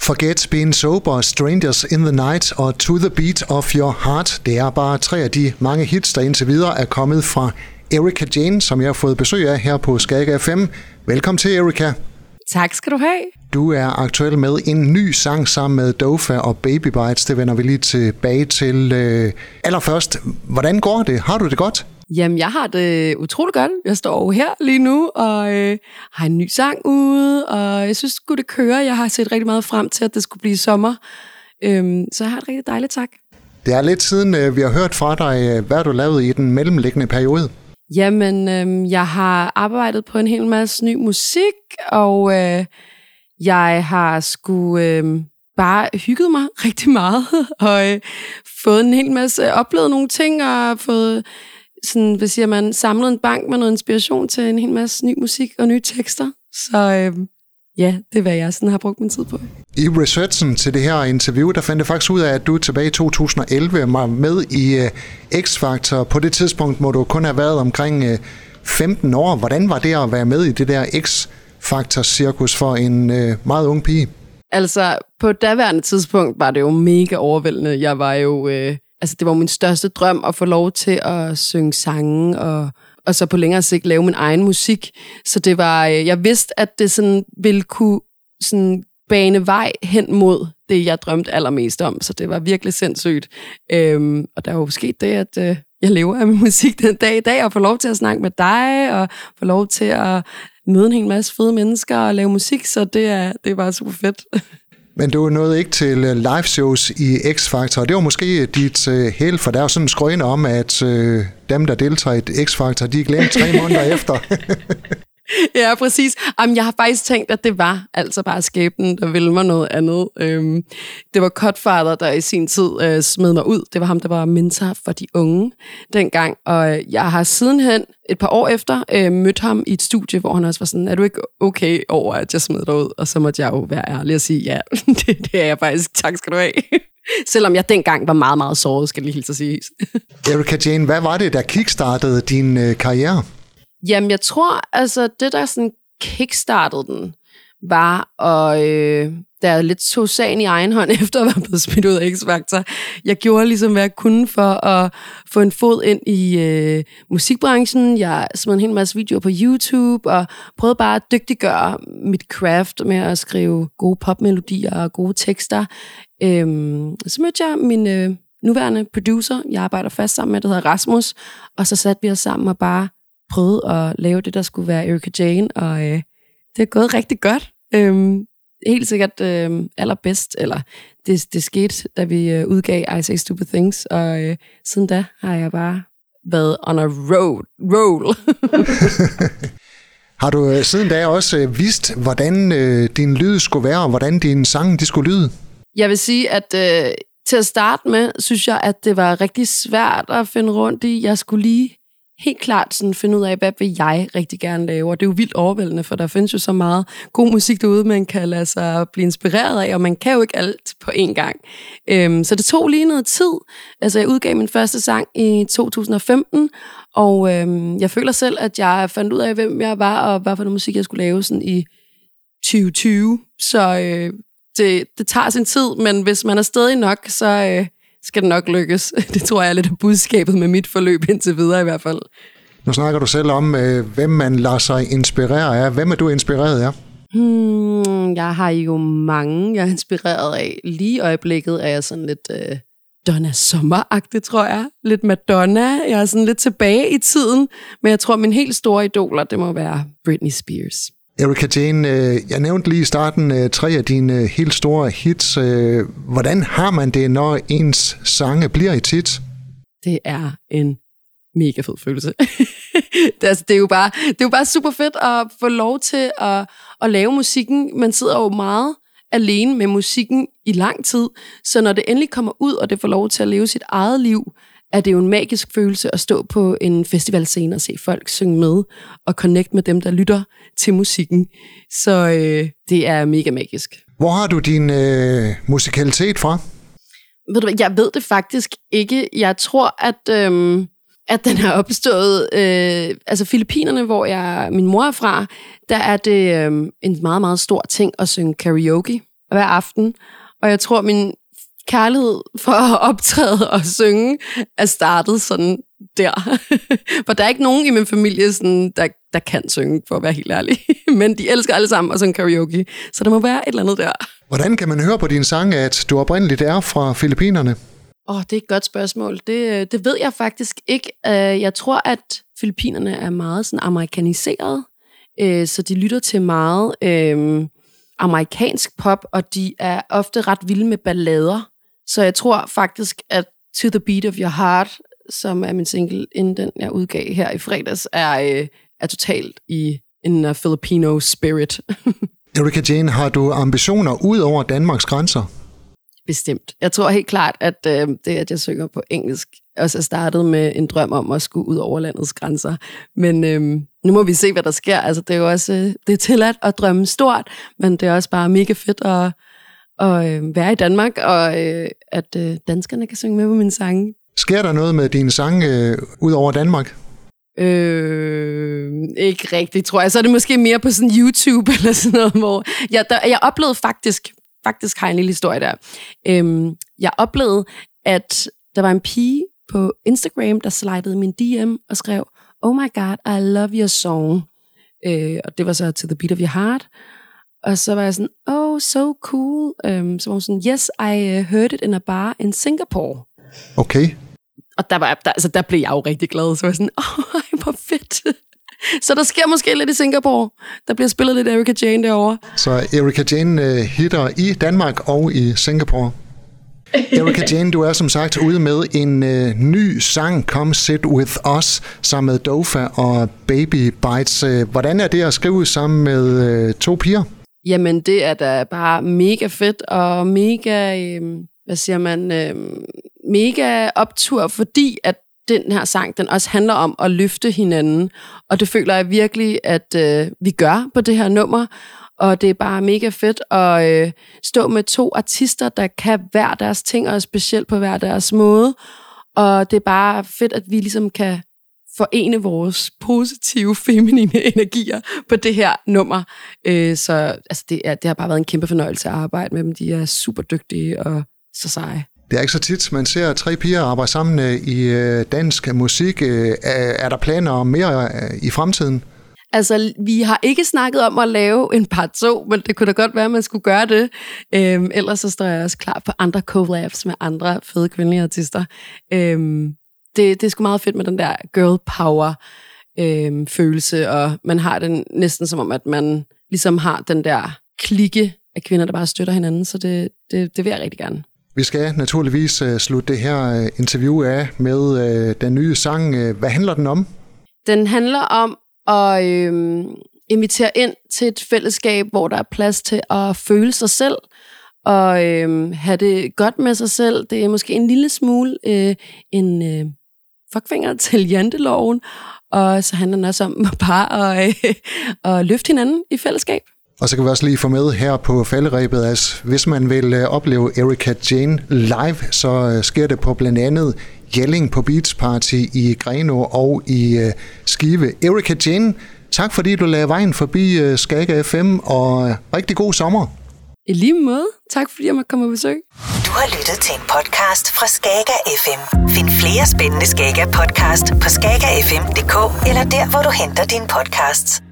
Forget Being Sober, Strangers in the Night og To the Beat of Your Heart. Det er bare 3 af de mange hits, der indtil videre er kommet fra Erika Jayne, som jeg har fået besøg af her på Skaga FM. Velkommen til, Erika. Tak skal du have. Du er aktuel med en ny sang sammen med Dofa og Baby Bites. Det vender vi lige tilbage til. Allerførst, hvordan går det? Har du det godt? Jamen, jeg har det utroligt godt. Jeg står her lige nu og har en ny sang ude, og jeg synes det kører. Jeg har set rigtig meget frem til, at det skulle blive sommer. Så jeg har et rigtig dejligt tak. Det er lidt siden, vi har hørt fra dig, hvad du lavede i den mellemliggende periode. Jamen, jeg har arbejdet på en hel masse ny musik, og jeg har bare hygget mig rigtig meget, og fået en hel masse, oplevet nogle ting, og fået sådan, hvad siger man, samlet en bank med noget inspiration til en hel masse ny musik og nye tekster. Så ja, det er, hvad jeg sådan har brugt min tid på. I researchen til det her interview, der fandt jeg faktisk ud af, at du tilbage i 2011 var med i X-Factor. På det tidspunkt må du kun have været omkring 15 år. Hvordan var det at være med i det der X-Factor-cirkus for en meget ung pige? Altså, på daværende tidspunkt var det jo mega overvældende. Jeg var jo... det var min største drøm at få lov til at synge sange og så på længere sigt lave min egen musik. Så det var, jeg vidste, at det sådan ville kunne sådan bane vej hen mod det, jeg drømte allermest om. Så det var virkelig sindssygt. Og der er jo sket det, at jeg lever af min musik den dag i dag, og får lov til at snakke med dig, og får lov til at møde en hel masse fede mennesker og lave musik, så det er bare super fedt. Men du nåede ikke til live shows i X-Factor, og det var måske dit held, for der er jo sådan en skrøne om, at dem, der deltager i X-Factor, de er glemt 3 måneder efter. Ja, præcis. Jamen, jeg har faktisk tænkt, at det var altså bare skæbnen, der ville mig noget andet. Det var Cutfather, der i sin tid smed mig ud. Det var ham, der var mentor for de unge dengang. Og jeg har sidenhen, et par år efter, mødt ham i et studie, hvor han også var sådan, er du ikke okay over, at jeg smed dig ud? Og så måtte jeg jo være ærlig og sige, ja, det er jeg faktisk. Tak skal du have. Selvom jeg dengang var meget, meget såret, skal jeg lige hilse at sige. Erika Jayne, hvad var det, der kickstartede din karriere? Jamen, jeg tror, altså, det der sådan kickstartede den, var, og da jeg lidt tog sagen i egen hånd, efter at være blevet smidt ud af X-Factor. Jeg gjorde ligesom, hvad jeg kunne for at få en fod ind i musikbranchen. Jeg smed en hel masse videoer på YouTube, og prøvede bare at dygtiggøre mit craft med at skrive gode popmelodier og gode tekster. Så mødte jeg min nuværende producer, jeg arbejder fast sammen med, der hedder Rasmus, og så satte vi os sammen og bare prøvede at lave det, der skulle være Erika Jayne, og det er gået rigtig godt. Helt sikkert allerbedst, eller det skete, da vi udgav I Say Stupid Things, og siden da har jeg bare været on a roll. Har du siden da også vidst, hvordan din lyd skulle være, og hvordan dine sange de skulle lyde? Jeg vil sige, at til at starte med, synes jeg, at det var rigtig svært at finde rundt i. Jeg skulle lige helt klart sådan finde ud af, hvad vil jeg rigtig gerne lave. Og det er jo vildt overvældende, for der findes jo så meget god musik derude, man kan lade sig blive inspireret af, og man kan jo ikke alt på én gang. Så det tog lige noget tid. Altså, jeg udgav min første sang i 2015, og jeg føler selv, at jeg fandt ud af, hvem jeg var, og hvad for noget musik, jeg skulle lave sådan i 2020. Så det tager sin tid, men hvis man er stadig nok, så skal det nok lykkes. Det tror jeg er lidt af budskabet med mit forløb indtil videre i hvert fald. Nu snakker du selv om, hvem man lader sig inspirere af. Hvem er du inspireret af? Jeg har jo mange, jeg er inspireret af. Lige i øjeblikket er jeg sådan lidt Donna Summer-agtig, tror jeg. Lidt Madonna. Jeg er sådan lidt tilbage i tiden, men jeg tror, min helt store idoler, det må være Britney Spears. Erika Jayne, jeg nævnte lige i starten 3 af dine helt store hits. Hvordan har man det, når ens sange bliver et hit? Det er en mega fed følelse. det er jo bare super fedt at få lov til at lave musikken. Man sidder jo meget alene med musikken i lang tid, så når det endelig kommer ud, og det får lov til at leve sit eget liv, er det jo en magisk følelse at stå på en festivalscene og se folk synge med, og connect med dem, der lytter til musikken. Så det er mega magisk. Hvor har du din musikalitet fra? Ved du hvad, jeg ved det faktisk ikke. Jeg tror, at den er opstået... altså Filippinerne, hvor min mor er fra, der er det en meget, meget stor ting at synge karaoke. hver aften. Og jeg tror, min kærlighed for at optræde og synge er startet sådan der. For der er ikke nogen i min familie, sådan, der kan synge, for at være helt ærlig. Men de elsker alle sammen at synge karaoke. Så der må være et eller andet der. Hvordan kan man høre på din sang, at du oprindeligt er fra Filippinerne? Det er et godt spørgsmål. Det ved jeg faktisk ikke. Jeg tror, at Filippinerne er meget sådan amerikaniseret. Så de lytter til meget amerikansk pop, og de er ofte ret vilde med ballader. Så jeg tror faktisk, at To the Beat of Your Heart, som er min single, inden den jeg udgav her i fredags, er totalt i en Filipino spirit. Erika Jane, har du ambitioner ud over Danmarks grænser? Bestemt. Jeg tror helt klart, at det, at jeg synger på engelsk, også er startet med en drøm om at skulle ud over landets grænser. Men nu må vi se, hvad der sker. Altså, det er jo også det er tilladt at drømme stort, men det er også bare mega fedt at være i Danmark, og at danskerne kan synge med på mine sange. Sker der noget med dine sange ud over Danmark? Ikke rigtigt, tror jeg. Så er det måske mere på sådan YouTube eller sådan noget, hvor jeg oplevede faktisk har jeg en lille historie der. Jeg oplevede, at der var en pige på Instagram, der slidede min DM og skrev, "Oh my God, I love your song." Og det var så To the Beat of Your Heart. Og så var jeg sådan, "Oh, so cool." Så var hun sådan, "Yes, I heard it in a bar in Singapore." Okay. Og der blev jeg jo rigtig glad. Så var jeg sådan, hvor fedt. Så der sker måske lidt i Singapore. Der bliver spillet lidt Erika Jane derovre. Så Erika Jane hitter i Danmark og i Singapore. Erika Jane, du er som sagt ude med en ny sang, Come Sit With Us, sammen med Dofa og Baby Bites. Hvordan er det at skrive sammen med to piger? Jamen, det er da bare mega fedt og mega, mega optur, fordi at den her sang, den også handler om at løfte hinanden. Og det føler jeg virkelig, at vi gør på det her nummer. Og det er bare mega fedt at stå med to artister, der kan hver deres ting, og specielt på hver deres måde. Og det er bare fedt, at vi ligesom kan forene vores positive, feminine energier på det her nummer. Så altså, det har bare været en kæmpe fornøjelse at arbejde med dem. De er super dygtige og så seje. Det er ikke så tit, man ser tre piger arbejde sammen i dansk musik. Er der planer om mere i fremtiden? Altså, vi har ikke snakket om at lave en part 2, men det kunne da godt være, at man skulle gøre det. Ellers så står jeg også klar på andre collabs med andre fede kvindelige artister. Det er sgu meget fedt med den der girl power følelse, og man har den næsten som om, at man ligesom har den der klikke af kvinder, der bare støtter hinanden, så det vil jeg rigtig gerne. Vi skal naturligvis slutte det her interview af med den nye sang. Hvad handler den om? Den handler om at invitere ind til et fællesskab, hvor der er plads til at føle sig selv og have det godt med sig selv. Det er måske en lille smule en fuckfinger til janteloven, og så handler den også om bare at løfte hinanden i fællesskab. Og så kan vi også lige få med her på falderebet, at hvis man vil opleve Erika Jane live, så sker det på blandt andet Jelling på Beach Party i Grenaa og i Skive. Erika Jane, tak fordi du lagde vejen forbi Skaga FM, og rigtig god sommer. I lige måde. Tak fordi jeg måtte komme og besøge. Du har lyttet til en podcast fra Skaga FM. Find flere spændende Skaga podcast på skagafm.dk eller der, hvor du henter dine podcasts.